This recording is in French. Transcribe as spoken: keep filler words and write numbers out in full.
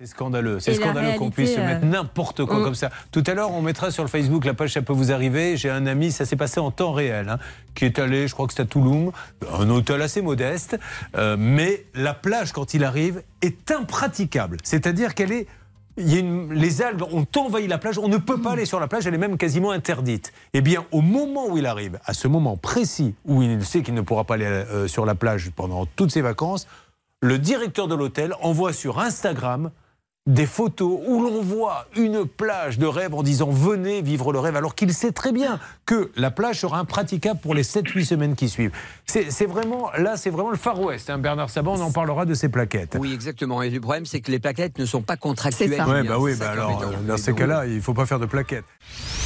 C'est scandaleux, c'est Et la scandaleux qu'on puisse se réalité, mettre n'importe quoi euh, comme ça. Tout à l'heure, on mettra sur le Facebook la page Ça peut vous arriver. J'ai un ami, ça s'est passé en temps réel, hein, qui est allé, je crois que c'est à Touloum, un hôtel assez modeste, euh, mais la plage, quand il arrive, est impraticable. C'est-à-dire qu'elle est... Il y a une, les algues ont envahi la plage, on ne peut pas aller sur la plage, elle est même quasiment interdite. Eh bien, au moment où il arrive, à ce moment précis où il sait qu'il ne pourra pas aller euh, sur la plage pendant toutes ses vacances, le directeur de l'hôtel envoie sur Instagram des photos où l'on voit une plage de rêve en disant « venez vivre le rêve », alors qu'il sait très bien que la plage sera impraticable pour les sept huit semaines qui suivent. C'est, c'est vraiment, là, c'est vraiment le Far West. Hein, Bernard Saban, on en parlera de ces plaquettes. Oui, exactement. Et le problème, c'est que les plaquettes ne sont pas contractuelles. C'est ça. Ouais, bah oui, C'est bah ça qui est alors, embêtant. dans Et ces donc, cas-là, il ne faut pas faire de plaquettes.